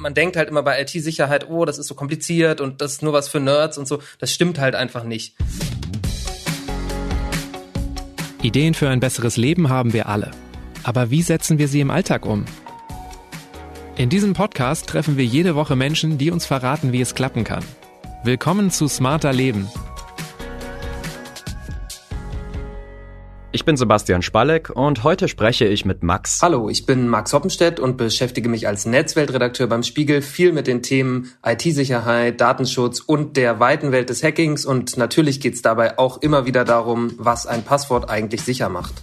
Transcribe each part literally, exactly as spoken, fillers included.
Man denkt halt immer bei I T-Sicherheit, oh, das ist so kompliziert und das ist nur was für Nerds und so. Das stimmt halt einfach nicht. Ideen für ein besseres Leben haben wir alle. Aber wie setzen wir sie im Alltag um? In diesem Podcast treffen wir jede Woche Menschen, die uns verraten, wie es klappen kann. Willkommen zu Smarter Leben. Ich bin Sebastian Spalleck und heute spreche ich mit Max. Hallo, ich bin Max Hoppenstedt und beschäftige mich als Netzweltredakteur beim Spiegel viel mit den Themen I T-Sicherheit, Datenschutz und der weiten Welt des Hackings. Und natürlich geht es dabei auch immer wieder darum, was ein Passwort eigentlich sicher macht.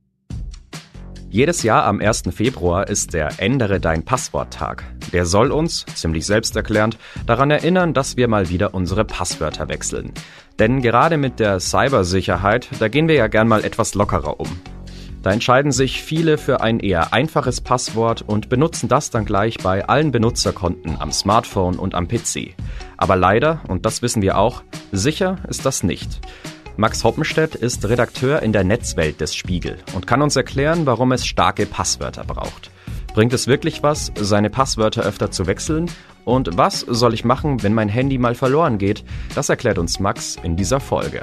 Jedes Jahr am ersten Februar ist der Ändere dein Passwort-Tag. Der soll uns, ziemlich selbsterklärend, daran erinnern, dass wir mal wieder unsere Passwörter wechseln. Denn gerade mit der Cybersicherheit, da gehen wir ja gern mal etwas lockerer um. Da entscheiden sich viele für ein eher einfaches Passwort und benutzen das dann gleich bei allen Benutzerkonten am Smartphone und am P C. Aber leider, und das wissen wir auch, sicher ist das nicht. Max Hoppenstedt ist Redakteur in der Netzwelt des Spiegel und kann uns erklären, warum es starke Passwörter braucht. Bringt es wirklich was, seine Passwörter öfter zu wechseln? Und was soll ich machen, wenn mein Handy mal verloren geht? Das erklärt uns Max in dieser Folge.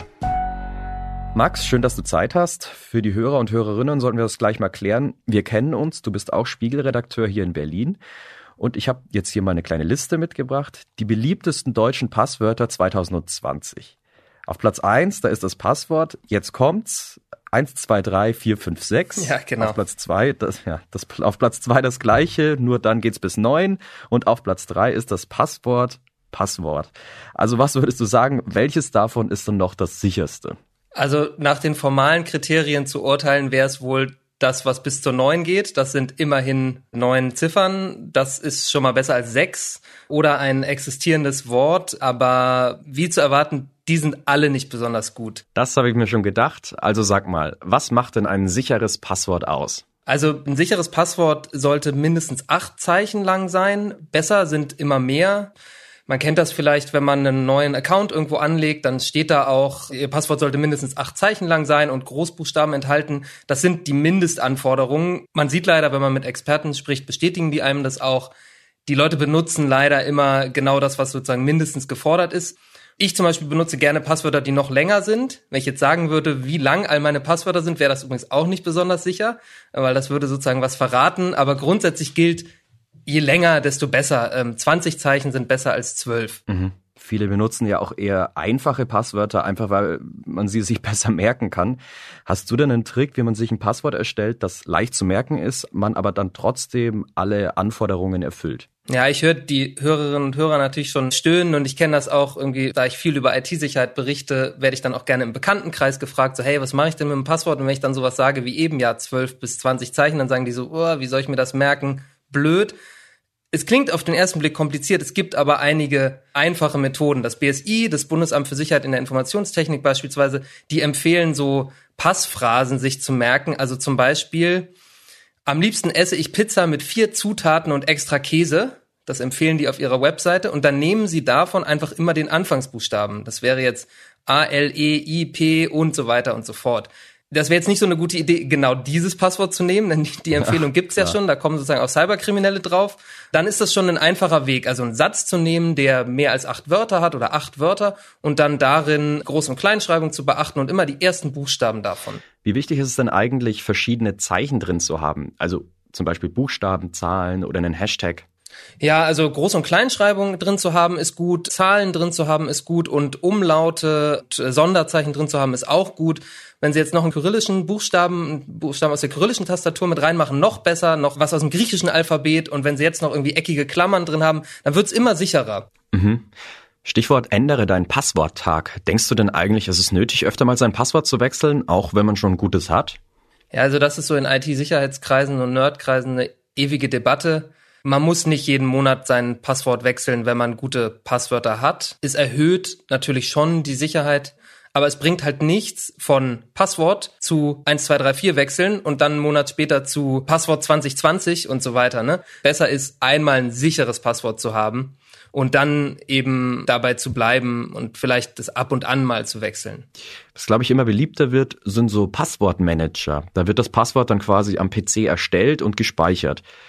Max, schön, dass du Zeit hast. Für die Hörer und Hörerinnen sollten wir das gleich mal klären. Wir kennen uns, du bist auch Spiegelredakteur hier in Berlin. Und ich habe jetzt hier mal eine kleine Liste mitgebracht. Die beliebtesten deutschen Passwörter zwanzig zwanzig. Auf Platz eins, da ist das Passwort, jetzt kommt's, eins, zwei, drei, vier, fünf, sechs. Ja, genau. Auf Platz zwei, das, ja, das, auf Platz zwei das gleiche, nur dann geht's bis neun. Und auf Platz drei ist das Passwort, Passwort. Also was würdest du sagen, welches davon ist denn noch das sicherste? Also nach den formalen Kriterien zu urteilen, wäre es wohl das, was bis zur neun geht. Das sind immerhin neun Ziffern. Das ist schon mal besser als sechs oder ein existierendes Wort. Aber wie zu erwarten, die sind alle nicht besonders gut. Das habe ich mir schon gedacht. Also sag mal, was macht denn ein sicheres Passwort aus? Also ein sicheres Passwort sollte mindestens acht Zeichen lang sein. Besser sind immer mehr. Man kennt das vielleicht, wenn man einen neuen Account irgendwo anlegt, dann steht da auch, Ihr Passwort sollte mindestens acht Zeichen lang sein und Großbuchstaben enthalten. Das sind die Mindestanforderungen. Man sieht leider, wenn man mit Experten spricht, bestätigen die einem das auch. Die Leute benutzen leider immer genau das, was sozusagen mindestens gefordert ist. Ich zum Beispiel benutze gerne Passwörter, die noch länger sind. Wenn ich jetzt sagen würde, wie lang all meine Passwörter sind, wäre das übrigens auch nicht besonders sicher, weil das würde sozusagen was verraten. Aber grundsätzlich gilt, je länger, desto besser. Ähm, zwanzig Zeichen sind besser als zwölf. Mhm. Viele benutzen ja auch eher einfache Passwörter, einfach weil man sie sich besser merken kann. Hast du denn einen Trick, wie man sich ein Passwort erstellt, das leicht zu merken ist, man aber dann trotzdem alle Anforderungen erfüllt? Ja, ich höre die Hörerinnen und Hörer natürlich schon stöhnen und ich kenne das auch irgendwie, da ich viel über I T-Sicherheit berichte, werde ich dann auch gerne im Bekanntenkreis gefragt, so hey, was mache ich denn mit dem Passwort? Und wenn ich dann sowas sage wie eben, ja, zwölf bis zwanzig Zeichen, dann sagen die so, oh, wie soll ich mir das merken? Blöd. Es klingt auf den ersten Blick kompliziert, es gibt aber einige einfache Methoden. Das B S I, das Bundesamt für Sicherheit in der Informationstechnik beispielsweise, die empfehlen so Passphrasen sich zu merken. Also zum Beispiel, am liebsten esse ich Pizza mit vier Zutaten und extra Käse. Das empfehlen die auf ihrer Webseite. Und dann nehmen sie davon einfach immer den Anfangsbuchstaben. Das wäre jetzt A, L, E, I, P und so weiter und so fort. Das wäre jetzt nicht so eine gute Idee, genau dieses Passwort zu nehmen, denn die Empfehlung gibt's ja, ja schon, da kommen sozusagen auch Cyberkriminelle drauf. Dann ist das schon ein einfacher Weg, also einen Satz zu nehmen, der mehr als acht Wörter hat oder acht Wörter und dann darin Groß- und Kleinschreibung zu beachten und immer die ersten Buchstaben davon. Wie wichtig ist es denn eigentlich, verschiedene Zeichen drin zu haben? Also zum Beispiel Buchstaben, Zahlen oder einen Hashtag? Ja, also Groß- und Kleinschreibung drin zu haben ist gut, Zahlen drin zu haben ist gut und Umlaute, Sonderzeichen drin zu haben ist auch gut. Wenn Sie jetzt noch einen kyrillischen Buchstaben, Buchstaben aus der kyrillischen Tastatur mit reinmachen, noch besser, noch was aus dem griechischen Alphabet und wenn Sie jetzt noch irgendwie eckige Klammern drin haben, dann wird's immer sicherer. Mhm. Stichwort ändere deinen Passworttag. Denkst du denn eigentlich, ist es nötig, öfter mal sein Passwort zu wechseln, auch wenn man schon ein gutes hat? Ja, also das ist so in I T-Sicherheitskreisen und Nerdkreisen eine ewige Debatte. Man muss nicht jeden Monat sein Passwort wechseln, wenn man gute Passwörter hat. Es erhöht natürlich schon die Sicherheit, aber es bringt halt nichts von Passwort zu eins, zwei, drei, vier wechseln und dann einen Monat später zu Passwort zwanzig zwanzig und so weiter, ne? Besser ist, einmal ein sicheres Passwort zu haben und dann eben dabei zu bleiben und vielleicht das ab und an mal zu wechseln. Was, glaube ich, immer beliebter wird, sind so Passwortmanager. Da wird das Passwort dann quasi am P C erstellt und gespeichert.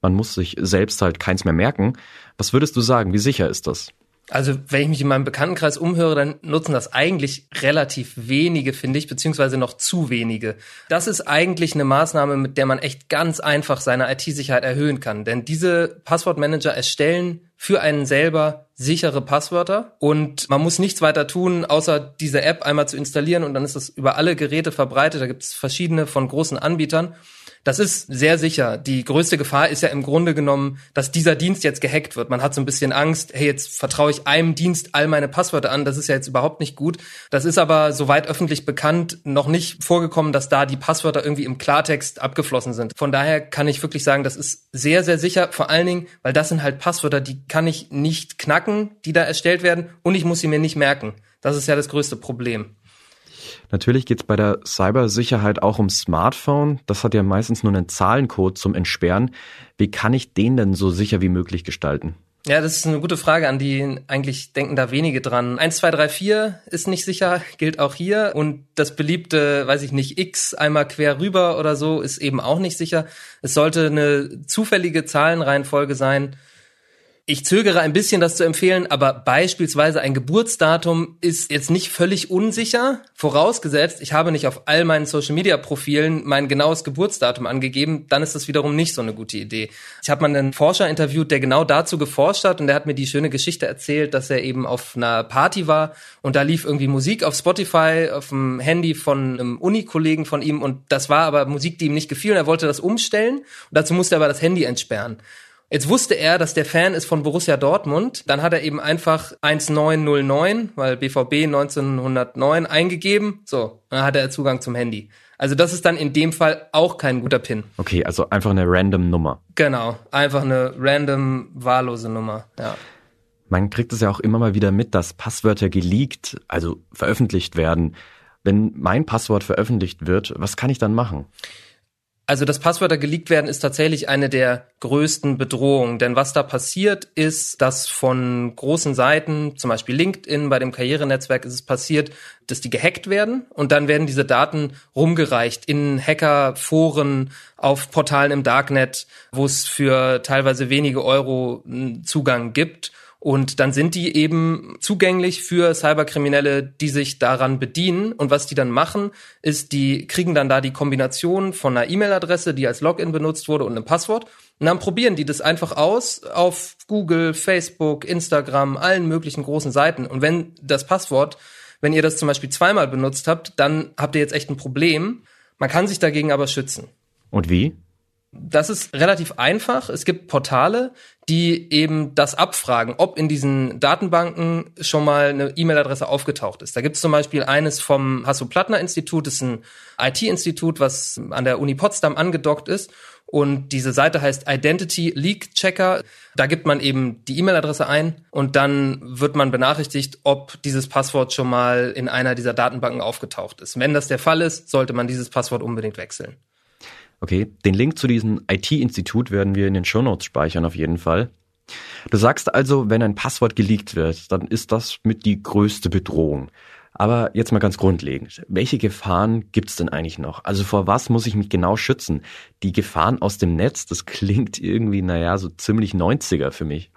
man muss sich selbst halt keins mehr merken. Was würdest du sagen, wie sicher ist das? Also wenn ich mich in meinem Bekanntenkreis umhöre, dann nutzen das eigentlich relativ wenige, finde ich, beziehungsweise noch zu wenige. Das ist eigentlich eine Maßnahme, mit der man echt ganz einfach seine I T-Sicherheit erhöhen kann. Denn diese Passwortmanager erstellen für einen selber sichere Passwörter und man muss nichts weiter tun, außer diese App einmal zu installieren und dann ist das über alle Geräte verbreitet. Da gibt es verschiedene von großen Anbietern. Das ist sehr sicher. Die größte Gefahr ist ja im Grunde genommen, dass dieser Dienst jetzt gehackt wird. Man hat so ein bisschen Angst, hey, jetzt vertraue ich einem Dienst all meine Passwörter an. Das ist ja jetzt überhaupt nicht gut. Das ist aber, soweit öffentlich bekannt, noch nicht vorgekommen, dass da die Passwörter irgendwie im Klartext abgeflossen sind. Von daher kann ich wirklich sagen, das ist sehr, sehr sicher. Vor allen Dingen, weil das sind halt Passwörter, die kann ich nicht knacken, die da erstellt werden. Und ich muss sie mir nicht merken. Das ist ja das größte Problem. Natürlich geht es bei der Cybersicherheit auch um Smartphone. Das hat ja meistens nur einen Zahlencode zum Entsperren. Wie kann ich den denn so sicher wie möglich gestalten? Ja, das ist eine gute Frage, an die eigentlich denken da wenige dran. eins, zwei, drei, vier ist nicht sicher, gilt auch hier. Und das beliebte, weiß ich nicht, X einmal quer rüber oder so ist eben auch nicht sicher. Es sollte eine zufällige Zahlenreihenfolge sein. Ich zögere ein bisschen, das zu empfehlen, aber beispielsweise ein Geburtsdatum ist jetzt nicht völlig unsicher. Vorausgesetzt, ich habe nicht auf all meinen Social-Media-Profilen mein genaues Geburtsdatum angegeben, dann ist das wiederum nicht so eine gute Idee. Ich habe mal einen Forscher interviewt, der genau dazu geforscht hat und der hat mir die schöne Geschichte erzählt, dass er eben auf einer Party war und da lief irgendwie Musik auf Spotify, auf dem Handy von einem Uni-Kollegen von ihm und das war aber Musik, die ihm nicht gefiel und er wollte das umstellen und dazu musste er aber das Handy entsperren. Jetzt wusste er, dass der Fan ist von Borussia Dortmund. Dann hat er eben einfach eins neun null neun, weil B V B neunzehnhundertneun eingegeben. So, dann hat er Zugang zum Handy. Also das ist dann in dem Fall auch kein guter PIN. Okay, also einfach eine random Nummer. Genau, einfach eine random, wahllose Nummer, ja. Man kriegt es ja auch immer mal wieder mit, dass Passwörter geleakt, also veröffentlicht werden. Wenn mein Passwort veröffentlicht wird, was kann ich dann machen? Also, dass Passwörter geleakt werden, ist tatsächlich eine der größten Bedrohungen. Denn was da passiert, ist, dass von großen Seiten, zum Beispiel LinkedIn, bei dem Karrierenetzwerk ist es passiert, dass die gehackt werden und dann werden diese Daten rumgereicht in Hackerforen, auf Portalen im Darknet, wo es für teilweise wenige Euro Zugang gibt. Und dann sind die eben zugänglich für Cyberkriminelle, die sich daran bedienen. Und was die dann machen, ist, die kriegen dann da die Kombination von einer E-Mail-Adresse, die als Login benutzt wurde, und einem Passwort. Und dann probieren die das einfach aus auf Google, Facebook, Instagram, allen möglichen großen Seiten. Und wenn das Passwort, wenn ihr das zum Beispiel zweimal benutzt habt, dann habt ihr jetzt echt ein Problem. Man kann sich dagegen aber schützen. Und wie? Das ist relativ einfach. Es gibt Portale, die eben das abfragen, ob in diesen Datenbanken schon mal eine E-Mail-Adresse aufgetaucht ist. Da gibt es zum Beispiel eines vom Hasso-Plattner-Institut, das ist ein I T-Institut, was an der Uni Potsdam angedockt ist. Und diese Seite heißt Identity Leak Checker. Da gibt man eben die E-Mail-Adresse ein und dann wird man benachrichtigt, ob dieses Passwort schon mal in einer dieser Datenbanken aufgetaucht ist. Wenn das der Fall ist, sollte man dieses Passwort unbedingt wechseln. Okay, den Link zu diesem I T-Institut werden wir in den Shownotes speichern auf jeden Fall. Du sagst also, wenn ein Passwort geleakt wird, dann ist das mit die größte Bedrohung. Aber jetzt mal ganz grundlegend, welche Gefahren gibt's denn eigentlich noch? Also vor was muss ich mich genau schützen? Die Gefahren aus dem Netz, das klingt irgendwie, naja, so ziemlich neunziger für mich.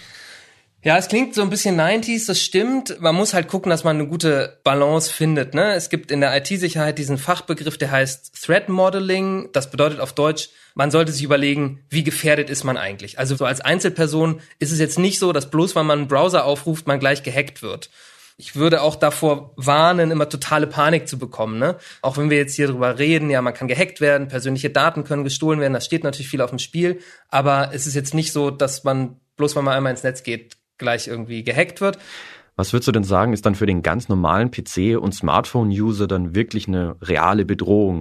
Ja, es klingt so ein bisschen neunziger, das stimmt. Man muss halt gucken, dass man eine gute Balance findet, ne? Es gibt in der I T-Sicherheit diesen Fachbegriff, der heißt Threat Modeling. Das bedeutet auf Deutsch, man sollte sich überlegen, wie gefährdet ist man eigentlich? Also so als Einzelperson ist es jetzt nicht so, dass bloß weil man einen Browser aufruft, man gleich gehackt wird. Ich würde auch davor warnen, immer totale Panik zu bekommen, ne? Auch wenn wir jetzt hier drüber reden, ja, man kann gehackt werden, persönliche Daten können gestohlen werden, da steht natürlich viel auf dem Spiel. Aber es ist jetzt nicht so, dass man bloß weil man einmal ins Netz geht, gleich irgendwie gehackt wird. Was würdest du denn sagen, ist dann für den ganz normalen P C- und Smartphone-User dann wirklich eine reale Bedrohung?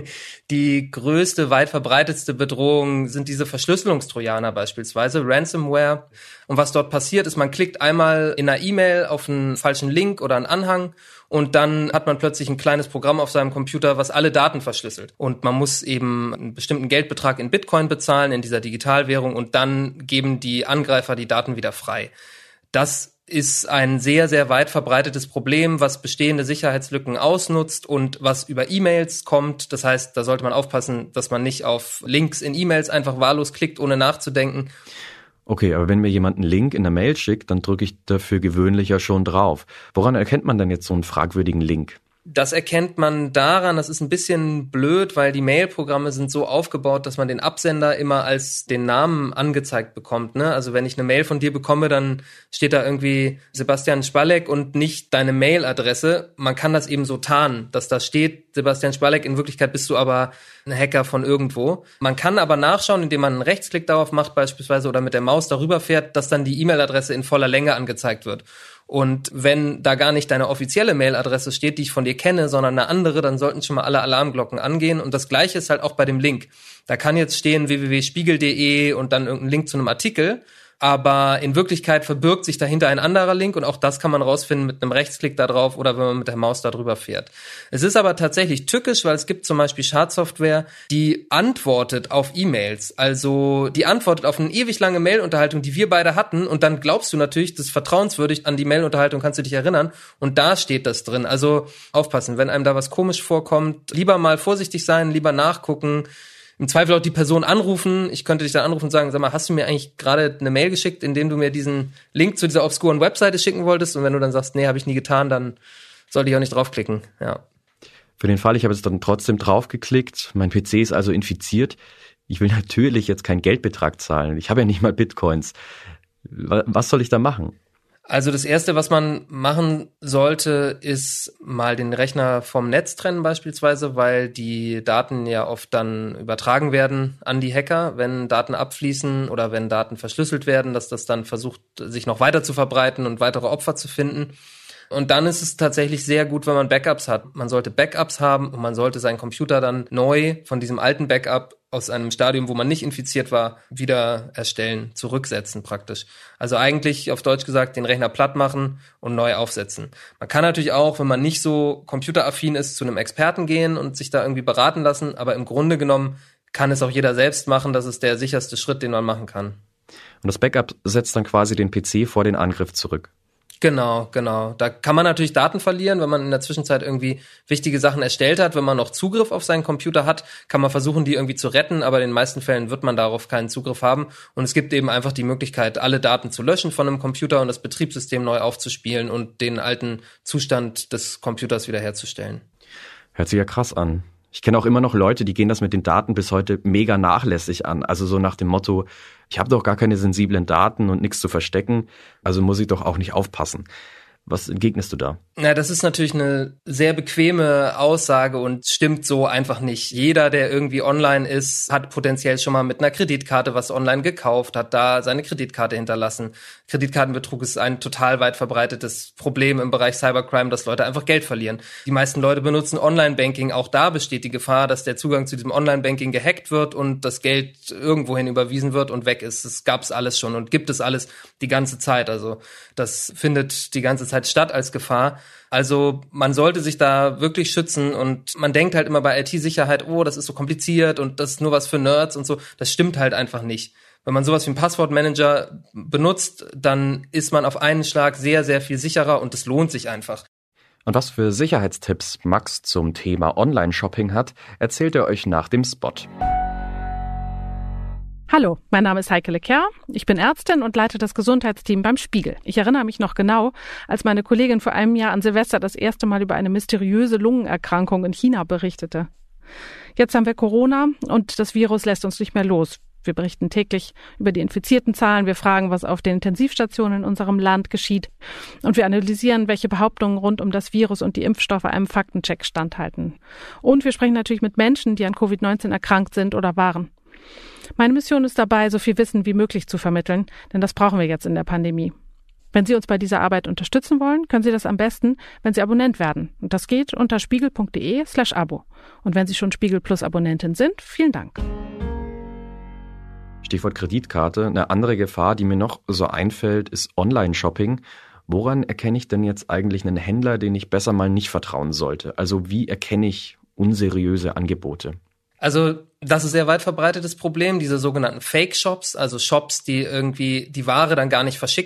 Die größte, weit verbreitetste Bedrohung sind diese Verschlüsselungstrojaner beispielsweise, Ransomware. Und was dort passiert ist, man klickt einmal in einer E-Mail auf einen falschen Link oder einen Anhang und dann hat man plötzlich ein kleines Programm auf seinem Computer, was alle Daten verschlüsselt. Und man muss eben einen bestimmten Geldbetrag in Bitcoin bezahlen, in dieser Digitalwährung, und dann geben die Angreifer die Daten wieder frei. Das ist ein sehr, sehr weit verbreitetes Problem, was bestehende Sicherheitslücken ausnutzt und was über E-Mails kommt. Das heißt, da sollte man aufpassen, dass man nicht auf Links in E-Mails einfach wahllos klickt, ohne nachzudenken. Okay, aber wenn mir jemand einen Link in der Mail schickt, dann drücke ich dafür gewöhnlich ja schon drauf. Woran erkennt man denn jetzt so einen fragwürdigen Link? Das erkennt man daran, das ist ein bisschen blöd, weil die Mail-Programme sind so aufgebaut, dass man den Absender immer als den Namen angezeigt bekommt, ne? Also wenn ich eine Mail von dir bekomme, dann steht da irgendwie Sebastian Spalleck und nicht deine Mailadresse. Man kann das eben so tarnen, dass da steht Sebastian Spalleck, in Wirklichkeit bist du aber ein Hacker von irgendwo. Man kann aber nachschauen, indem man einen Rechtsklick darauf macht beispielsweise oder mit der Maus darüber fährt, dass dann die E-Mail-Adresse in voller Länge angezeigt wird. Und wenn da gar nicht deine offizielle Mailadresse steht, die ich von dir kenne, sondern eine andere, dann sollten schon mal alle Alarmglocken angehen. Und das Gleiche ist halt auch bei dem Link. Da kann jetzt stehen w w w punkt spiegel punkt de und dann irgendein Link zu einem Artikel. Aber in Wirklichkeit verbirgt sich dahinter ein anderer Link und auch das kann man rausfinden mit einem Rechtsklick da drauf oder wenn man mit der Maus da drüber fährt. Es ist aber tatsächlich tückisch, weil es gibt zum Beispiel Schadsoftware, die antwortet auf E-Mails. Also die antwortet auf eine ewig lange Mail-Unterhaltung, die wir beide hatten und dann glaubst du natürlich, das ist vertrauenswürdig, an die Mail-Unterhaltung kannst du dich erinnern und da steht das drin. Also aufpassen, wenn einem da was komisch vorkommt, lieber mal vorsichtig sein, lieber nachgucken. Im Zweifel auch die Person anrufen. Ich könnte dich dann anrufen und sagen, sag mal, hast du mir eigentlich gerade eine Mail geschickt, in dem du mir diesen Link zu dieser obskuren Webseite schicken wolltest? Und wenn du dann sagst, nee, habe ich nie getan, dann sollte ich auch nicht draufklicken. Ja. Für den Fall, ich habe jetzt dann trotzdem draufgeklickt. Mein P C ist also infiziert. Ich will natürlich jetzt keinen Geldbetrag zahlen. Ich habe ja nicht mal Bitcoins. Was soll ich da machen? Also das Erste, was man machen sollte, ist mal den Rechner vom Netz trennen beispielsweise, weil die Daten ja oft dann übertragen werden an die Hacker, wenn Daten abfließen oder wenn Daten verschlüsselt werden, dass das dann versucht, sich noch weiter zu verbreiten und weitere Opfer zu finden. Und dann ist es tatsächlich sehr gut, wenn man Backups hat. Man sollte Backups haben und man sollte seinen Computer dann neu von diesem alten Backup aus einem Stadium, wo man nicht infiziert war, wieder erstellen, zurücksetzen praktisch. Also eigentlich auf Deutsch gesagt den Rechner platt machen und neu aufsetzen. Man kann natürlich auch, wenn man nicht so computeraffin ist, zu einem Experten gehen und sich da irgendwie beraten lassen, aber im Grunde genommen kann es auch jeder selbst machen. Das ist der sicherste Schritt, den man machen kann. Und das Backup setzt dann quasi den P C vor den Angriff zurück. Genau, genau. Da kann man natürlich Daten verlieren, wenn man in der Zwischenzeit irgendwie wichtige Sachen erstellt hat. Wenn man noch Zugriff auf seinen Computer hat, kann man versuchen, die irgendwie zu retten, aber in den meisten Fällen wird man darauf keinen Zugriff haben. Und es gibt eben einfach die Möglichkeit, alle Daten zu löschen von einem Computer und das Betriebssystem neu aufzuspielen und den alten Zustand des Computers wiederherzustellen. Hört sich ja krass an. Ich kenne auch immer noch Leute, die gehen das mit den Daten bis heute mega nachlässig an. Also so nach dem Motto, ich habe doch gar keine sensiblen Daten und nichts zu verstecken, also muss ich doch auch nicht aufpassen. Was entgegnest du da? Na, das ist natürlich eine sehr bequeme Aussage und stimmt so einfach nicht. Jeder, der irgendwie online ist, hat potenziell schon mal mit einer Kreditkarte was online gekauft, hat da seine Kreditkarte hinterlassen. Kreditkartenbetrug ist ein total weit verbreitetes Problem im Bereich Cybercrime, dass Leute einfach Geld verlieren. Die meisten Leute benutzen Online-Banking. Auch da besteht die Gefahr, dass der Zugang zu diesem Online-Banking gehackt wird und das Geld irgendwohin überwiesen wird und weg ist. Das gab's alles schon und gibt es alles die ganze Zeit. Also das findet die ganze Zeit statt als Gefahr. Also man sollte sich da wirklich schützen und man denkt halt immer bei I T-Sicherheit, oh, das ist so kompliziert und das ist nur was für Nerds und so. Das stimmt halt einfach nicht. Wenn man sowas wie einen Passwortmanager benutzt, dann ist man auf einen Schlag sehr, sehr viel sicherer und es lohnt sich einfach. Und was für Sicherheitstipps Max zum Thema Online-Shopping hat, erzählt er euch nach dem Spot. Hallo, mein Name ist Heike Lecker. Ich bin Ärztin und leite das Gesundheitsteam beim Spiegel. Ich erinnere mich noch genau, als meine Kollegin vor einem Jahr an Silvester das erste Mal über eine mysteriöse Lungenerkrankung in China berichtete. Jetzt haben wir Corona und das Virus lässt uns nicht mehr los. Wir berichten täglich über die infizierten Zahlen, wir fragen, was auf den Intensivstationen in unserem Land geschieht und wir analysieren, welche Behauptungen rund um das Virus und die Impfstoffe einem Faktencheck standhalten. Und wir sprechen natürlich mit Menschen, die an Covid neunzehn erkrankt sind oder waren. Meine Mission ist dabei, so viel Wissen wie möglich zu vermitteln, denn das brauchen wir jetzt in der Pandemie. Wenn Sie uns bei dieser Arbeit unterstützen wollen, können Sie das am besten, wenn Sie Abonnent werden. Und das geht unter spiegel.de slash Abo. Und wenn Sie schon Spiegel Plus Abonnentin sind, vielen Dank. Stichwort Kreditkarte. Eine andere Gefahr, die mir noch so einfällt, ist Online-Shopping. Woran erkenne ich denn jetzt eigentlich einen Händler, den ich besser mal nicht vertrauen sollte? Also wie erkenne ich unseriöse Angebote? Also das ist ein sehr weit verbreitetes Problem, diese sogenannten Fake-Shops, also Shops, die irgendwie die Ware dann gar nicht verschicken.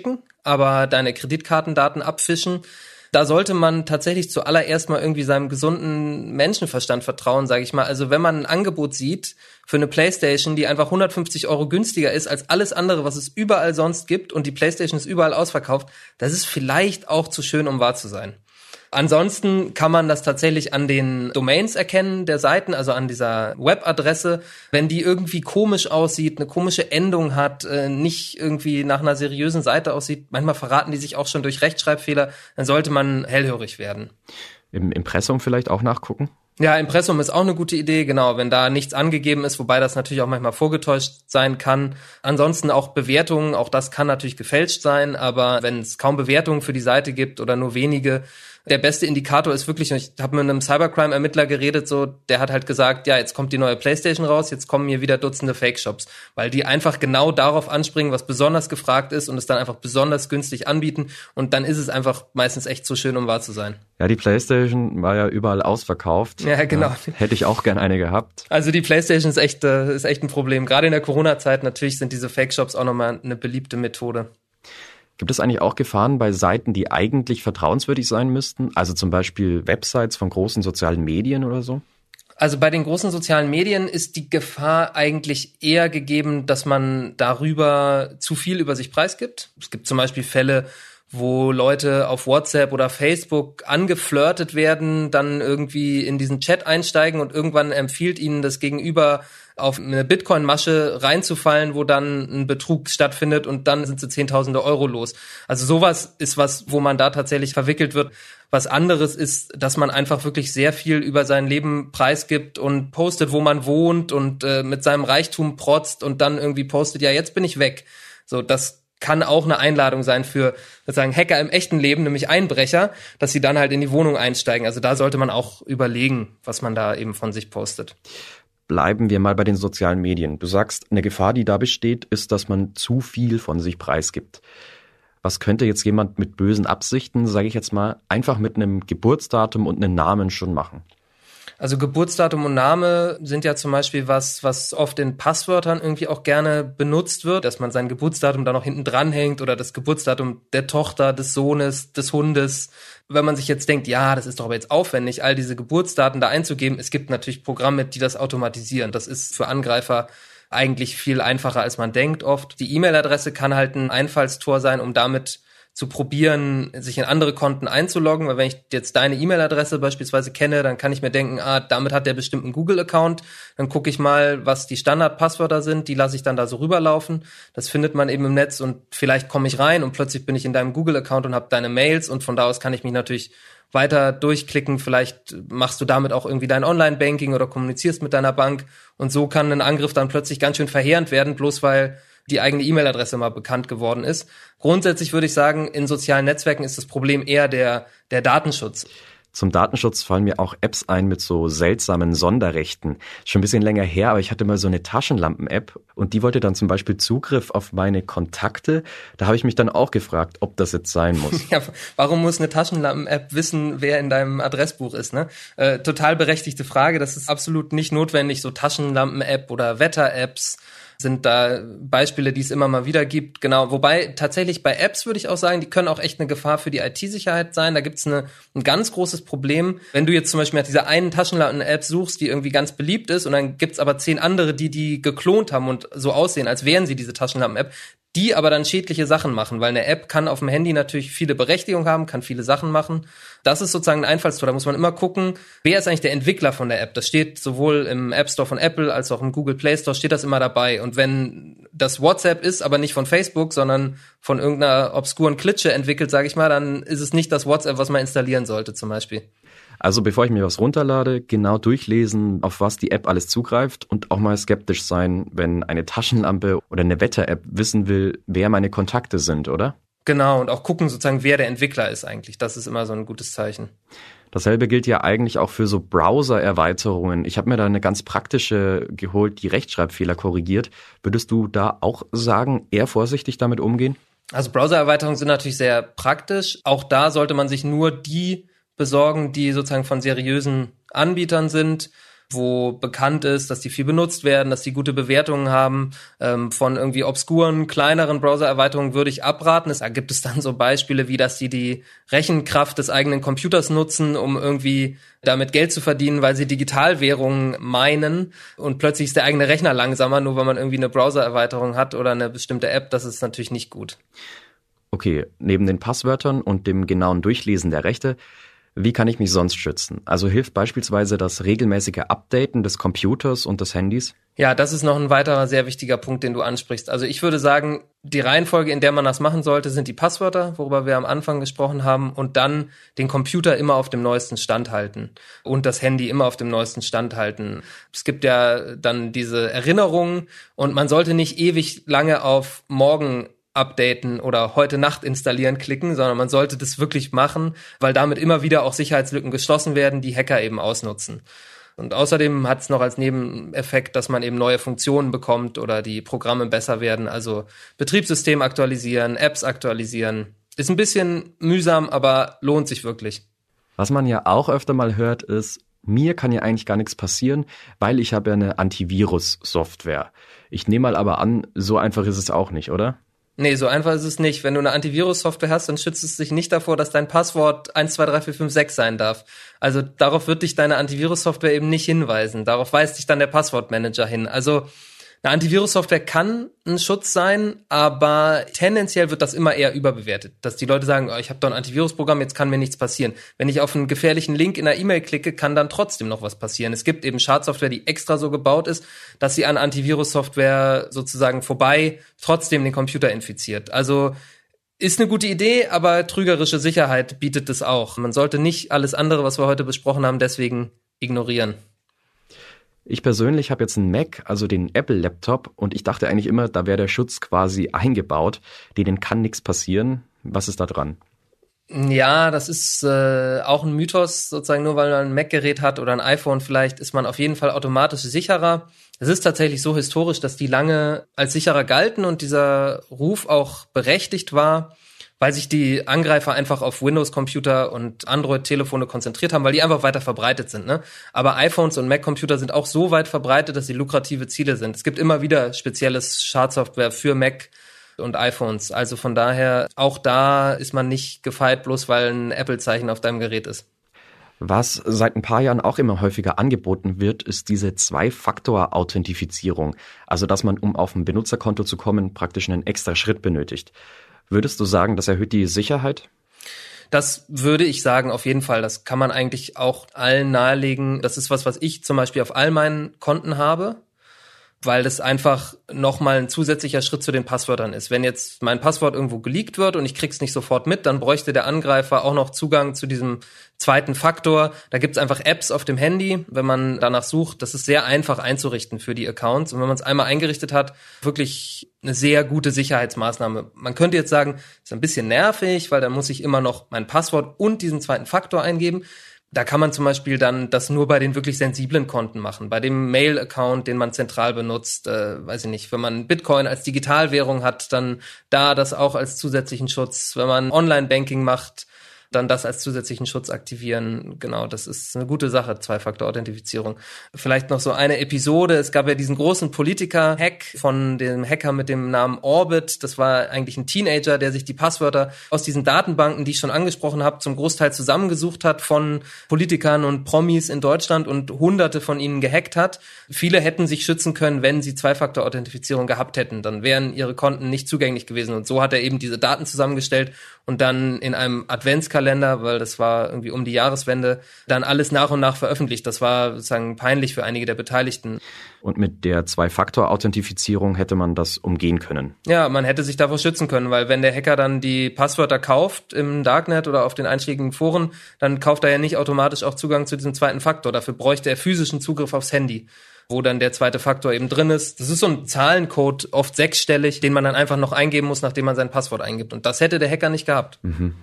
aber deine Kreditkartendaten abfischen. Da sollte man tatsächlich zuallererst mal irgendwie seinem gesunden Menschenverstand vertrauen, sage ich mal. Also wenn man ein Angebot sieht für eine PlayStation, die einfach hundertfünfzig Euro günstiger ist als alles andere, was es überall sonst gibt, und die PlayStation ist überall ausverkauft, das ist vielleicht auch zu schön, um wahr zu sein. Ansonsten kann man das tatsächlich an den Domains erkennen der Seiten, also an dieser Webadresse. Wenn die irgendwie komisch aussieht, eine komische Endung hat, äh, nicht irgendwie nach einer seriösen Seite aussieht, manchmal verraten die sich auch schon durch Rechtschreibfehler, dann sollte man hellhörig werden. Im Impressum vielleicht auch nachgucken? Ja, Impressum ist auch eine gute Idee, genau, wenn da nichts angegeben ist, wobei das natürlich auch manchmal vorgetäuscht sein kann. Ansonsten auch Bewertungen, auch das kann natürlich gefälscht sein, aber wenn es kaum Bewertungen für die Seite gibt oder nur wenige, der beste Indikator ist wirklich, ich habe mit einem Cybercrime-Ermittler geredet, so, der hat halt gesagt, ja, jetzt kommt die neue PlayStation raus, jetzt kommen hier wieder Dutzende Fake-Shops, weil die einfach genau darauf anspringen, was besonders gefragt ist und es dann einfach besonders günstig anbieten, und dann ist es einfach meistens echt zu schön, um wahr zu sein. Ja, die PlayStation war ja überall ausverkauft. Ja, genau. Ja, hätte ich auch gern eine gehabt. Also die PlayStation ist echt, äh, ist echt ein Problem. Gerade in der Corona-Zeit natürlich sind diese Fake-Shops auch nochmal eine beliebte Methode. Gibt es eigentlich auch Gefahren bei Seiten, die eigentlich vertrauenswürdig sein müssten? Also zum Beispiel Websites von großen sozialen Medien oder so? Also bei den großen sozialen Medien ist die Gefahr eigentlich eher gegeben, dass man darüber zu viel über sich preisgibt. Es gibt zum Beispiel Fälle, wo Leute auf WhatsApp oder Facebook angeflirtet werden, dann irgendwie in diesen Chat einsteigen und irgendwann empfiehlt ihnen das Gegenüber, auf eine Bitcoin-Masche reinzufallen, wo dann ein Betrug stattfindet, und dann sind sie Zehntausende Euro los. Also sowas ist was, wo man da tatsächlich verwickelt wird. Was anderes ist, dass man einfach wirklich sehr viel über sein Leben preisgibt und postet, wo man wohnt, und äh, mit seinem Reichtum protzt und dann irgendwie postet, ja, jetzt bin ich weg. So, das kann auch eine Einladung sein für sozusagen Hacker im echten Leben, nämlich Einbrecher, dass sie dann halt in die Wohnung einsteigen. Also da sollte man auch überlegen, was man da eben von sich postet. Bleiben wir mal bei den sozialen Medien. Du sagst, eine Gefahr, die da besteht, ist, dass man zu viel von sich preisgibt. Was könnte jetzt jemand mit bösen Absichten, sage ich jetzt mal, einfach mit einem Geburtsdatum und einem Namen schon machen? Also Geburtsdatum und Name sind ja zum Beispiel was, was oft in Passwörtern irgendwie auch gerne benutzt wird, dass man sein Geburtsdatum da noch hinten dranhängt oder das Geburtsdatum der Tochter, des Sohnes, des Hundes. Wenn man sich jetzt denkt, ja, das ist doch aber jetzt aufwendig, all diese Geburtsdaten da einzugeben. Es gibt natürlich Programme, die das automatisieren. Das ist für Angreifer eigentlich viel einfacher, als man denkt oft. Die E-Mail-Adresse kann halt ein Einfallstor sein, um damit zu probieren, sich in andere Konten einzuloggen, weil wenn ich jetzt deine E-Mail-Adresse beispielsweise kenne, dann kann ich mir denken, ah, damit hat der bestimmt einen Google-Account, dann gucke ich mal, was die Standard-Passwörter sind, die lasse ich dann da so rüberlaufen, das findet man eben im Netz, und vielleicht komme ich rein und plötzlich bin ich in deinem Google-Account und habe deine Mails, und von da aus kann ich mich natürlich weiter durchklicken, vielleicht machst du damit auch irgendwie dein Online-Banking oder kommunizierst mit deiner Bank, und so kann ein Angriff dann plötzlich ganz schön verheerend werden, bloß weil die eigene E-Mail-Adresse mal bekannt geworden ist. Grundsätzlich würde ich sagen, in sozialen Netzwerken ist das Problem eher der, der Datenschutz. Zum Datenschutz fallen mir auch Apps ein mit so seltsamen Sonderrechten. Schon ein bisschen länger her, aber ich hatte mal so eine Taschenlampen-App und die wollte dann zum Beispiel Zugriff auf meine Kontakte. Da habe ich mich dann auch gefragt, ob das jetzt sein muss. Ja, warum muss eine Taschenlampen-App wissen, wer in deinem Adressbuch ist, ne? Äh, total berechtigte Frage. Das ist absolut nicht notwendig. So Taschenlampen-App oder Wetter-Apps sind da Beispiele, die es immer mal wieder gibt. Genau, wobei tatsächlich bei Apps würde ich auch sagen, die können auch echt eine Gefahr für die I T-Sicherheit sein. Da gibt's eine, ein ganz großes Problem. Wenn du jetzt zum Beispiel nach dieser einen Taschenlampen-App suchst, die irgendwie ganz beliebt ist, und dann gibt's aber zehn andere, die die geklont haben und so aussehen, als wären sie diese Taschenlampen-App, die aber dann schädliche Sachen machen, weil eine App kann auf dem Handy natürlich viele Berechtigungen haben, kann viele Sachen machen. Das ist sozusagen ein Einfallstor. Da muss man immer gucken, wer ist eigentlich der Entwickler von der App. Das steht sowohl im App Store von Apple als auch im Google Play Store, steht das immer dabei. Und wenn das WhatsApp ist, aber nicht von Facebook, sondern von irgendeiner obskuren Klitsche entwickelt, sage ich mal, dann ist es nicht das WhatsApp, was man installieren sollte zum Beispiel. Also bevor ich mir was runterlade, genau durchlesen, auf was die App alles zugreift, und auch mal skeptisch sein, wenn eine Taschenlampe oder eine Wetter-App wissen will, wer meine Kontakte sind, oder? Genau, und auch gucken sozusagen, wer der Entwickler ist eigentlich. Das ist immer so ein gutes Zeichen. Dasselbe gilt ja eigentlich auch für so Browser-Erweiterungen. Ich habe mir da eine ganz praktische geholt, die Rechtschreibfehler korrigiert. Würdest du da auch sagen, eher vorsichtig damit umgehen? Also Browser-Erweiterungen sind natürlich sehr praktisch. Auch da sollte man sich nur die besorgen, die sozusagen von seriösen Anbietern sind. wo bekannt ist, dass die viel benutzt werden, dass die gute Bewertungen haben. Ähm, von irgendwie obskuren, kleineren Browser-Erweiterungen würde ich abraten. Da gibt es dann so Beispiele, wie dass die die Rechenkraft des eigenen Computers nutzen, um irgendwie damit Geld zu verdienen, weil sie Digitalwährungen meinen und plötzlich ist der eigene Rechner langsamer, nur weil man irgendwie eine Browser-Erweiterung hat oder eine bestimmte App. Das ist natürlich nicht gut. Okay, neben den Passwörtern und dem genauen Durchlesen der Rechte, wie kann ich mich sonst schützen? Also hilft beispielsweise das regelmäßige Updaten des Computers und des Handys? Ja, das ist noch ein weiterer sehr wichtiger Punkt, den du ansprichst. Also ich würde sagen, die Reihenfolge, in der man das machen sollte, sind die Passwörter, worüber wir am Anfang gesprochen haben, und dann den Computer immer auf dem neuesten Stand halten und das Handy immer auf dem neuesten Stand halten. Es gibt ja dann diese Erinnerungen und man sollte nicht ewig lange auf morgen updaten oder heute Nacht installieren klicken, sondern man sollte das wirklich machen, weil damit immer wieder auch Sicherheitslücken geschlossen werden, die Hacker eben ausnutzen. Und außerdem hat es noch als Nebeneffekt, dass man eben neue Funktionen bekommt oder die Programme besser werden. Also Betriebssystem aktualisieren, Apps aktualisieren. Ist ein bisschen mühsam, aber lohnt sich wirklich. Was man ja auch öfter mal hört, ist, mir kann ja eigentlich gar nichts passieren, weil ich habe ja eine Antivirus-Software. Ich nehme mal aber an, so einfach ist es auch nicht, oder? Nee, so einfach ist es nicht. Wenn du eine Antivirus-Software hast, dann schützt es dich nicht davor, dass dein Passwort eins zwei drei vier fünf sechs sein darf. Also darauf wird dich deine Antivirus-Software eben nicht hinweisen. Darauf weist dich dann der Passwortmanager hin. Also eine Antivirus-Software kann ein Schutz sein, aber tendenziell wird das immer eher überbewertet. Dass die Leute sagen, oh, ich habe doch ein Antivirusprogramm, jetzt kann mir nichts passieren. Wenn ich auf einen gefährlichen Link in einer E-Mail klicke, kann dann trotzdem noch was passieren. Es gibt eben Schadsoftware, die extra so gebaut ist, dass sie an Antivirus-Software sozusagen vorbei trotzdem den Computer infiziert. Also ist eine gute Idee, aber trügerische Sicherheit bietet es auch. Man sollte nicht alles andere, was wir heute besprochen haben, deswegen ignorieren. Ich persönlich habe jetzt einen Mac, also den Apple-Laptop, und ich dachte eigentlich immer, da wäre der Schutz quasi eingebaut. Denen kann nichts passieren. Was ist da dran? Ja, das ist äh, auch ein Mythos, sozusagen nur weil man ein Mac-Gerät hat oder ein iPhone vielleicht, ist man auf jeden Fall automatisch sicherer. Es ist tatsächlich so historisch, dass die lange als sicherer galten und dieser Ruf auch berechtigt war, weil sich die Angreifer einfach auf Windows-Computer und Android-Telefone konzentriert haben, weil die einfach weiter verbreitet sind, ne? Aber iPhones und Mac-Computer sind auch so weit verbreitet, dass sie lukrative Ziele sind. Es gibt immer wieder spezielles Schadsoftware für Mac und iPhones. Also von daher, auch da ist man nicht gefeit, bloß weil ein Apple-Zeichen auf deinem Gerät ist. Was seit ein paar Jahren auch immer häufiger angeboten wird, ist diese Zwei-Faktor-Authentifizierung. Also dass man, um auf ein Benutzerkonto zu kommen, praktisch einen extra Schritt benötigt. Würdest du sagen, das erhöht die Sicherheit? Das würde ich sagen, auf jeden Fall. Das kann man eigentlich auch allen nahelegen. Das ist was, was ich zum Beispiel auf all meinen Konten habe, weil das einfach nochmal ein zusätzlicher Schritt zu den Passwörtern ist. Wenn jetzt mein Passwort irgendwo geleakt wird und ich krieg's nicht sofort mit, dann bräuchte der Angreifer auch noch Zugang zu diesem zweiten Faktor. Da gibt's einfach Apps auf dem Handy, wenn man danach sucht. Das ist sehr einfach einzurichten für die Accounts. Und wenn man es einmal eingerichtet hat, wirklich eine sehr gute Sicherheitsmaßnahme. Man könnte jetzt sagen, ist ein bisschen nervig, weil dann muss ich immer noch mein Passwort und diesen zweiten Faktor eingeben. Da kann man zum Beispiel dann das nur bei den wirklich sensiblen Konten machen. Bei dem Mail-Account, den man zentral benutzt, äh, weiß ich nicht, wenn man Bitcoin als Digitalwährung hat, dann da das auch als zusätzlichen Schutz. Wenn man Online-Banking macht, dann das als zusätzlichen Schutz aktivieren. Genau, das ist eine gute Sache, Zwei-Faktor-Authentifizierung. Vielleicht noch so eine Episode. Es gab ja diesen großen Politiker-Hack von dem Hacker mit dem Namen Orbit. Das war eigentlich ein Teenager, der sich die Passwörter aus diesen Datenbanken, die ich schon angesprochen habe, zum Großteil zusammengesucht hat von Politikern und Promis in Deutschland und hunderte von ihnen gehackt hat. Viele hätten sich schützen können, wenn sie Zwei-Faktor-Authentifizierung gehabt hätten. Dann wären ihre Konten nicht zugänglich gewesen. Und so hat er eben diese Daten zusammengestellt und dann in einem Adventskalender, weil das war irgendwie um die Jahreswende, dann alles nach und nach veröffentlicht. Das war sozusagen peinlich für einige der Beteiligten. Und mit der Zwei-Faktor-Authentifizierung hätte man das umgehen können? Ja, man hätte sich davor schützen können, weil wenn der Hacker dann die Passwörter kauft im Darknet oder auf den einschlägigen Foren, dann kauft er ja nicht automatisch auch Zugang zu diesem zweiten Faktor. Dafür bräuchte er physischen Zugriff aufs Handy, wo dann der zweite Faktor eben drin ist. Das ist so ein Zahlencode, oft sechsstellig, den man dann einfach noch eingeben muss, nachdem man sein Passwort eingibt. Und das hätte der Hacker nicht gehabt. Mhm.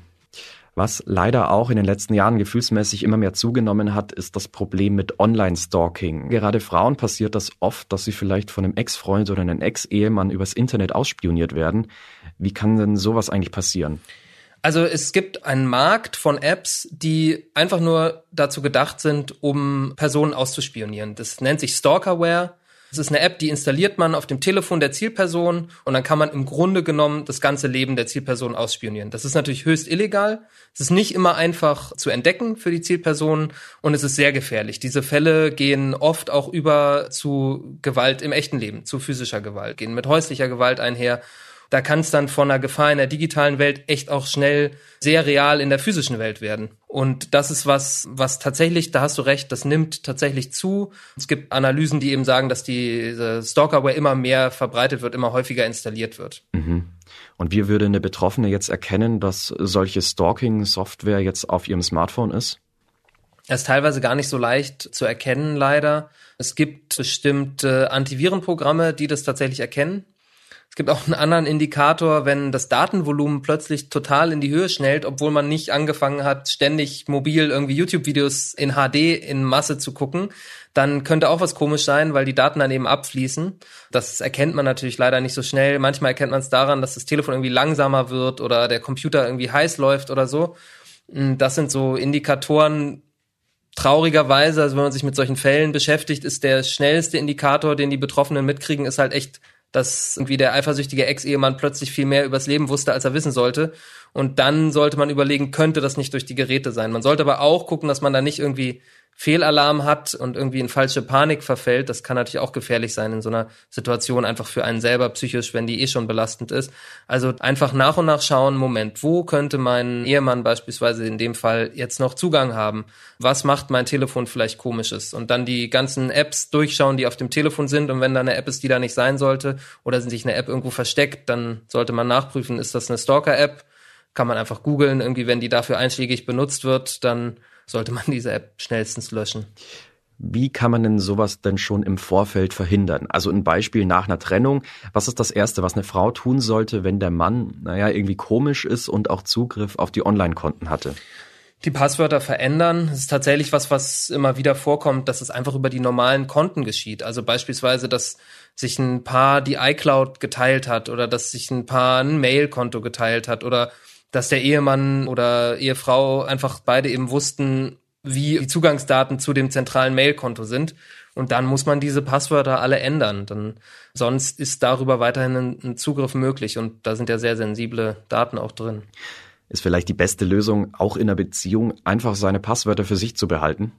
Was leider auch in den letzten Jahren gefühlsmäßig immer mehr zugenommen hat, ist das Problem mit Online-Stalking. Gerade Frauen passiert das oft, dass sie vielleicht von einem Ex-Freund oder einem Ex-Ehemann übers Internet ausspioniert werden. Wie kann denn sowas eigentlich passieren? Also es gibt einen Markt von Apps, die einfach nur dazu gedacht sind, um Personen auszuspionieren. Das nennt sich Stalkerware. Das ist eine App, die installiert man auf dem Telefon der Zielperson und dann kann man im Grunde genommen das ganze Leben der Zielperson ausspionieren. Das ist natürlich höchst illegal. Es ist nicht immer einfach zu entdecken für die Zielpersonen und es ist sehr gefährlich. Diese Fälle gehen oft auch über zu Gewalt im echten Leben, zu physischer Gewalt, gehen mit häuslicher Gewalt einher. Da kann es dann von einer Gefahr in der digitalen Welt echt auch schnell sehr real in der physischen Welt werden. Und das ist was, was tatsächlich, da hast du recht, das nimmt tatsächlich zu. Es gibt Analysen, die eben sagen, dass diese Stalkerware immer mehr verbreitet wird, immer häufiger installiert wird. Mhm. Und wie würde eine Betroffene jetzt erkennen, dass solche Stalking-Software jetzt auf ihrem Smartphone ist? Das ist teilweise gar nicht so leicht zu erkennen, leider. Es gibt bestimmte Antivirenprogramme, die das tatsächlich erkennen. Es gibt auch einen anderen Indikator, wenn das Datenvolumen plötzlich total in die Höhe schnellt, obwohl man nicht angefangen hat, ständig mobil irgendwie YouTube-Videos in H D in Masse zu gucken, dann könnte auch was komisch sein, weil die Daten dann eben abfließen. Das erkennt man natürlich leider nicht so schnell. Manchmal erkennt man es daran, dass das Telefon irgendwie langsamer wird oder der Computer irgendwie heiß läuft oder so. Das sind so Indikatoren. Traurigerweise, also wenn man sich mit solchen Fällen beschäftigt, ist der schnellste Indikator, den die Betroffenen mitkriegen, ist halt echt, dass irgendwie der eifersüchtige Ex-Ehemann plötzlich viel mehr übers Leben wusste, als er wissen sollte. Und dann sollte man überlegen, könnte das nicht durch die Geräte sein. Man sollte aber auch gucken, dass man da nicht irgendwie Fehlalarm hat und irgendwie in falsche Panik verfällt. Das kann natürlich auch gefährlich sein in so einer Situation, einfach für einen selber psychisch, wenn die eh schon belastend ist. Also einfach nach und nach schauen, Moment, wo könnte mein Ehemann beispielsweise in dem Fall jetzt noch Zugang haben? Was macht mein Telefon vielleicht Komisches? Und dann die ganzen Apps durchschauen, die auf dem Telefon sind. Und wenn da eine App ist, die da nicht sein sollte oder sich eine App irgendwo versteckt, dann sollte man nachprüfen, ist das eine Stalker-App? Kann man einfach googeln. Irgendwie, wenn die dafür einschlägig benutzt wird, dann sollte man diese App schnellstens löschen. Wie kann man denn sowas denn schon im Vorfeld verhindern? Also ein Beispiel nach einer Trennung. Was ist das Erste, was eine Frau tun sollte, wenn der Mann, naja, irgendwie komisch ist und auch Zugriff auf die Online-Konten hatte? Die Passwörter verändern. Das ist tatsächlich was, was immer wieder vorkommt, dass es einfach über die normalen Konten geschieht. Also beispielsweise, dass sich ein Paar die iCloud geteilt hat oder dass sich ein Paar ein Mail-Konto geteilt hat oder dass der Ehemann oder Ehefrau einfach beide eben wussten, wie die Zugangsdaten zu dem zentralen Mailkonto sind. Und dann muss man diese Passwörter alle ändern. Dann, sonst ist darüber weiterhin ein, ein Zugriff möglich. Und da sind ja sehr sensible Daten auch drin. Ist vielleicht die beste Lösung, auch in einer Beziehung, einfach seine Passwörter für sich zu behalten?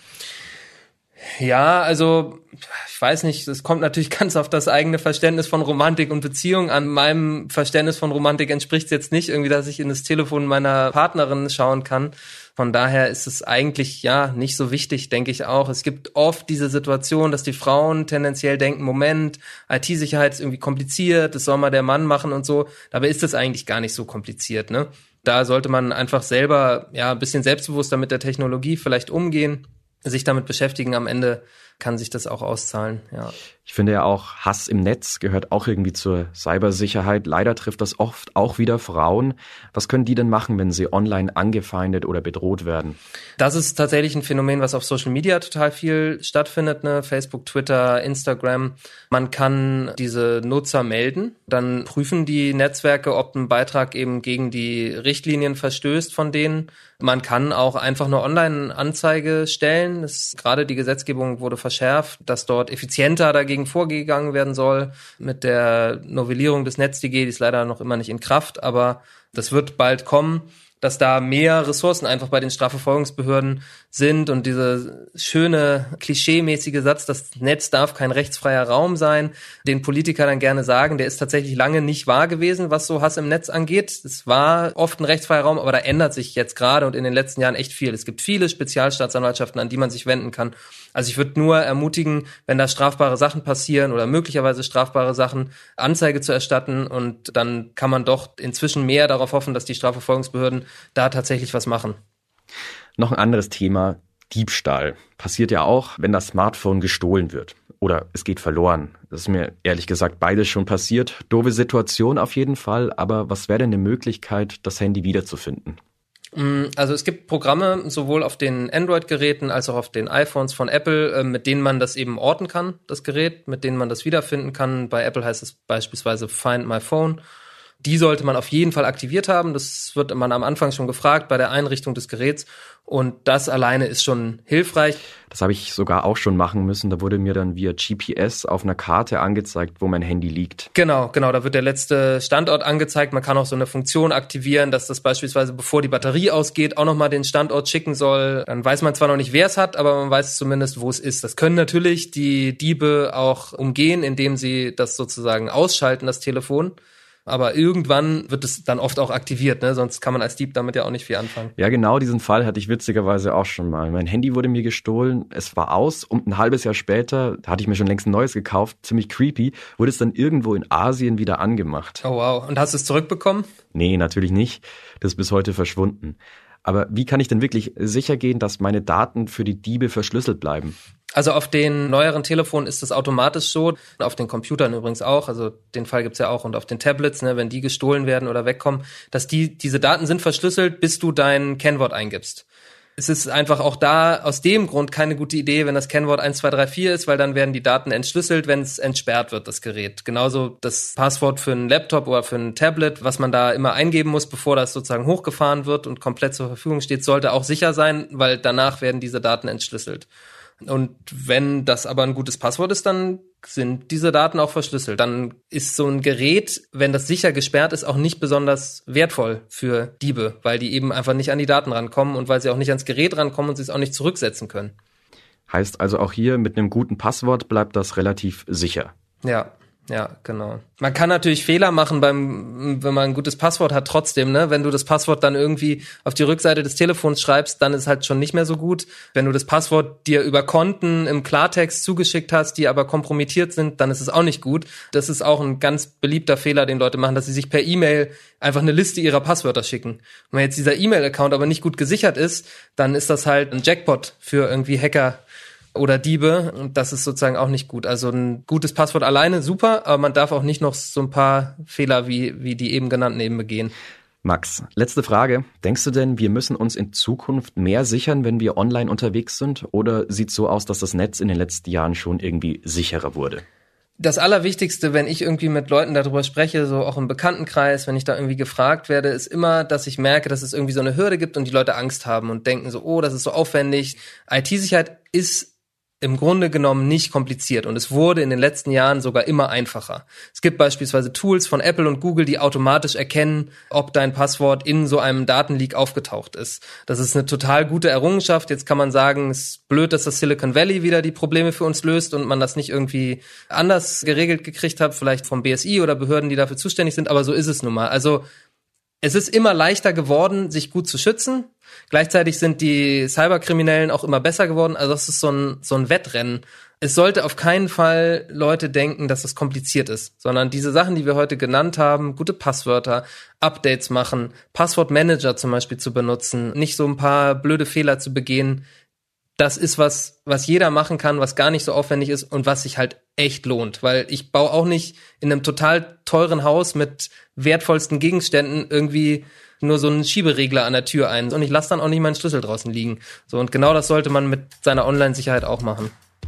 Ja, also ich weiß nicht, es kommt natürlich ganz auf das eigene Verständnis von Romantik und Beziehung an. Meinem Verständnis von Romantik entspricht es jetzt nicht irgendwie, dass ich in das Telefon meiner Partnerin schauen kann. Von daher ist es eigentlich ja nicht so wichtig, denke ich auch. Es gibt oft diese Situation, dass die Frauen tendenziell denken, Moment, I T-Sicherheit ist irgendwie kompliziert, das soll mal der Mann machen und so. Dabei ist das eigentlich gar nicht so kompliziert, ne? Da sollte man einfach selber ja ein bisschen selbstbewusster mit der Technologie vielleicht umgehen, sich damit beschäftigen. Am Ende kann sich das auch auszahlen, ja. Ich finde ja auch, Hass im Netz gehört auch irgendwie zur Cybersicherheit. Leider trifft das oft auch wieder Frauen. Was können die denn machen, wenn sie online angefeindet oder bedroht werden? Das ist tatsächlich ein Phänomen, was auf Social Media total viel stattfindet, ne? Facebook, Twitter, Instagram. Man kann diese Nutzer melden. Dann prüfen die Netzwerke, ob ein Beitrag eben gegen die Richtlinien verstößt von denen. Man kann auch einfach eine Online-Anzeige stellen. Das, gerade die Gesetzgebung wurde verschärft, dass dort effizienter dagegen vorgegangen werden soll. Mit der Novellierung des NetzDG, die ist leider noch immer nicht in Kraft, aber das wird bald kommen, dass da mehr Ressourcen einfach bei den Strafverfolgungsbehörden sind und dieser schöne, klischeemäßige Satz, das Netz darf kein rechtsfreier Raum sein, den Politiker dann gerne sagen, der ist tatsächlich lange nicht wahr gewesen, was so Hass im Netz angeht. Es war oft ein rechtsfreier Raum, aber da ändert sich jetzt gerade und in den letzten Jahren echt viel. Es gibt viele Spezialstaatsanwaltschaften, an die man sich wenden kann. Also ich würde nur ermutigen, wenn da strafbare Sachen passieren oder möglicherweise strafbare Sachen, Anzeige zu erstatten und dann kann man doch inzwischen mehr darauf hoffen, dass die Strafverfolgungsbehörden da tatsächlich was machen. Noch ein anderes Thema, Diebstahl. Passiert ja auch, wenn das Smartphone gestohlen wird. Oder es geht verloren. Das ist mir ehrlich gesagt beides schon passiert. Doofe Situation auf jeden Fall, aber was wäre denn eine Möglichkeit, das Handy wiederzufinden? Also es gibt Programme sowohl auf den Android-Geräten als auch auf den iPhones von Apple, mit denen man das eben orten kann, das Gerät, mit denen man das wiederfinden kann. Bei Apple heißt es beispielsweise Find My Phone. die sollte man auf jeden Fall aktiviert haben. Das wird man am Anfang schon gefragt bei der Einrichtung des Geräts. Und das alleine ist schon hilfreich. Das habe ich sogar auch schon machen müssen. Da wurde mir dann via G P S auf einer Karte angezeigt, wo mein Handy liegt. Genau, genau. Da wird der letzte Standort angezeigt. Man kann auch so eine Funktion aktivieren, dass das beispielsweise, bevor die Batterie ausgeht, auch nochmal den Standort schicken soll. Dann weiß man zwar noch nicht, wer es hat, aber man weiß zumindest, wo es ist. Das können natürlich die Diebe auch umgehen, indem sie das sozusagen ausschalten, das Telefon. Aber irgendwann wird es dann oft auch aktiviert, ne? Sonst kann man als Dieb damit ja auch nicht viel anfangen. Ja, genau diesen Fall hatte ich witzigerweise auch schon mal. Mein Handy wurde mir gestohlen, es war aus und ein halbes Jahr später, da hatte ich mir schon längst ein neues gekauft, ziemlich creepy, wurde es dann irgendwo in Asien wieder angemacht. Oh wow, und hast du es zurückbekommen? Nee, natürlich nicht. Das ist bis heute verschwunden. Aber wie kann ich denn wirklich sicher gehen, dass meine Daten für die Diebe verschlüsselt bleiben? Also auf den neueren Telefonen ist das automatisch so, auf den Computern übrigens auch, also den Fall gibt's ja auch, und auf den Tablets, ne, wenn die gestohlen werden oder wegkommen, dass die diese Daten sind verschlüsselt, bis du dein Kennwort eingibst. Es ist einfach auch da aus dem Grund keine gute Idee, wenn das Kennwort eins zwei drei vier ist, weil dann werden die Daten entschlüsselt, wenn es entsperrt wird, das Gerät. Genauso das Passwort für einen Laptop oder für ein Tablet, was man da immer eingeben muss, bevor das sozusagen hochgefahren wird und komplett zur Verfügung steht, sollte auch sicher sein, weil danach werden diese Daten entschlüsselt. Und wenn das aber ein gutes Passwort ist, dann sind diese Daten auch verschlüsselt. Dann ist so ein Gerät, wenn das sicher gesperrt ist, auch nicht besonders wertvoll für Diebe, weil die eben einfach nicht an die Daten rankommen und weil sie auch nicht ans Gerät rankommen und sie es auch nicht zurücksetzen können. Heißt also auch hier, mit einem guten Passwort bleibt das relativ sicher. Ja. Ja, genau. Man kann natürlich Fehler machen beim, wenn man ein gutes Passwort hat, trotzdem, ne? Wenn du das Passwort dann irgendwie auf die Rückseite des Telefons schreibst, dann ist es halt schon nicht mehr so gut. Wenn du das Passwort dir über Konten im Klartext zugeschickt hast, die aber kompromittiert sind, dann ist es auch nicht gut. Das ist auch ein ganz beliebter Fehler, den Leute machen, dass sie sich per E-Mail einfach eine Liste ihrer Passwörter schicken. Wenn jetzt dieser E-Mail-Account aber nicht gut gesichert ist, dann ist das halt ein Jackpot für irgendwie Hacker oder Diebe, und das ist sozusagen auch nicht gut. Also ein gutes Passwort alleine super, aber man darf auch nicht noch so ein paar Fehler wie wie die eben genannten eben begehen. Max, letzte Frage. Denkst du denn, wir müssen uns in Zukunft mehr sichern, wenn wir online unterwegs sind? Oder sieht es so aus, dass das Netz in den letzten Jahren schon irgendwie sicherer wurde? Das Allerwichtigste, wenn ich irgendwie mit Leuten darüber spreche, so auch im Bekanntenkreis, wenn ich da irgendwie gefragt werde, ist immer, dass ich merke, dass es irgendwie so eine Hürde gibt und die Leute Angst haben und denken so, oh, das ist so aufwendig. I T-Sicherheit ist im Grunde genommen nicht kompliziert und es wurde in den letzten Jahren sogar immer einfacher. Es gibt beispielsweise Tools von Apple und Google, die automatisch erkennen, ob dein Passwort in so einem Datenleak aufgetaucht ist. Das ist eine total gute Errungenschaft. Jetzt kann man sagen, es ist blöd, dass das Silicon Valley wieder die Probleme für uns löst und man das nicht irgendwie anders geregelt gekriegt hat, vielleicht vom B S I oder Behörden, die dafür zuständig sind, aber so ist es nun mal. Also es ist immer leichter geworden, sich gut zu schützen. Gleichzeitig sind die Cyberkriminellen auch immer besser geworden. Also das ist so ein, so ein Wettrennen. Es sollte auf keinen Fall Leute denken, dass es kompliziert ist, sondern diese Sachen, die wir heute genannt haben, gute Passwörter, Updates machen, Passwortmanager zum Beispiel zu benutzen, nicht so ein paar blöde Fehler zu begehen, das ist was, was jeder machen kann, was gar nicht so aufwendig ist und was sich halt echt lohnt. Weil ich baue auch nicht in einem total teuren Haus mit wertvollsten Gegenständen irgendwie nur so einen Schieberegler an der Tür ein. Und ich lasse dann auch nicht meinen Schlüssel draußen liegen. So, und genau das sollte man mit seiner Online-Sicherheit auch machen.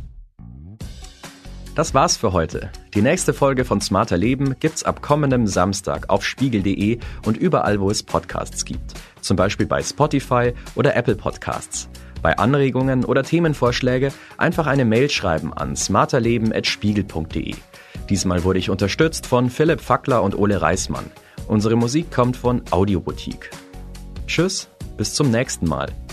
Das war's für heute. Die nächste Folge von Smarter Leben gibt's ab kommendem Samstag auf spiegel punkt de und überall, wo es Podcasts gibt. Zum Beispiel bei Spotify oder Apple Podcasts. Bei Anregungen oder Themenvorschläge einfach eine Mail schreiben an smarterleben at spiegel punkt de. Diesmal wurde ich unterstützt von Philipp Fackler und Ole Reismann. Unsere Musik kommt von Audioboutique. Tschüss, bis zum nächsten Mal.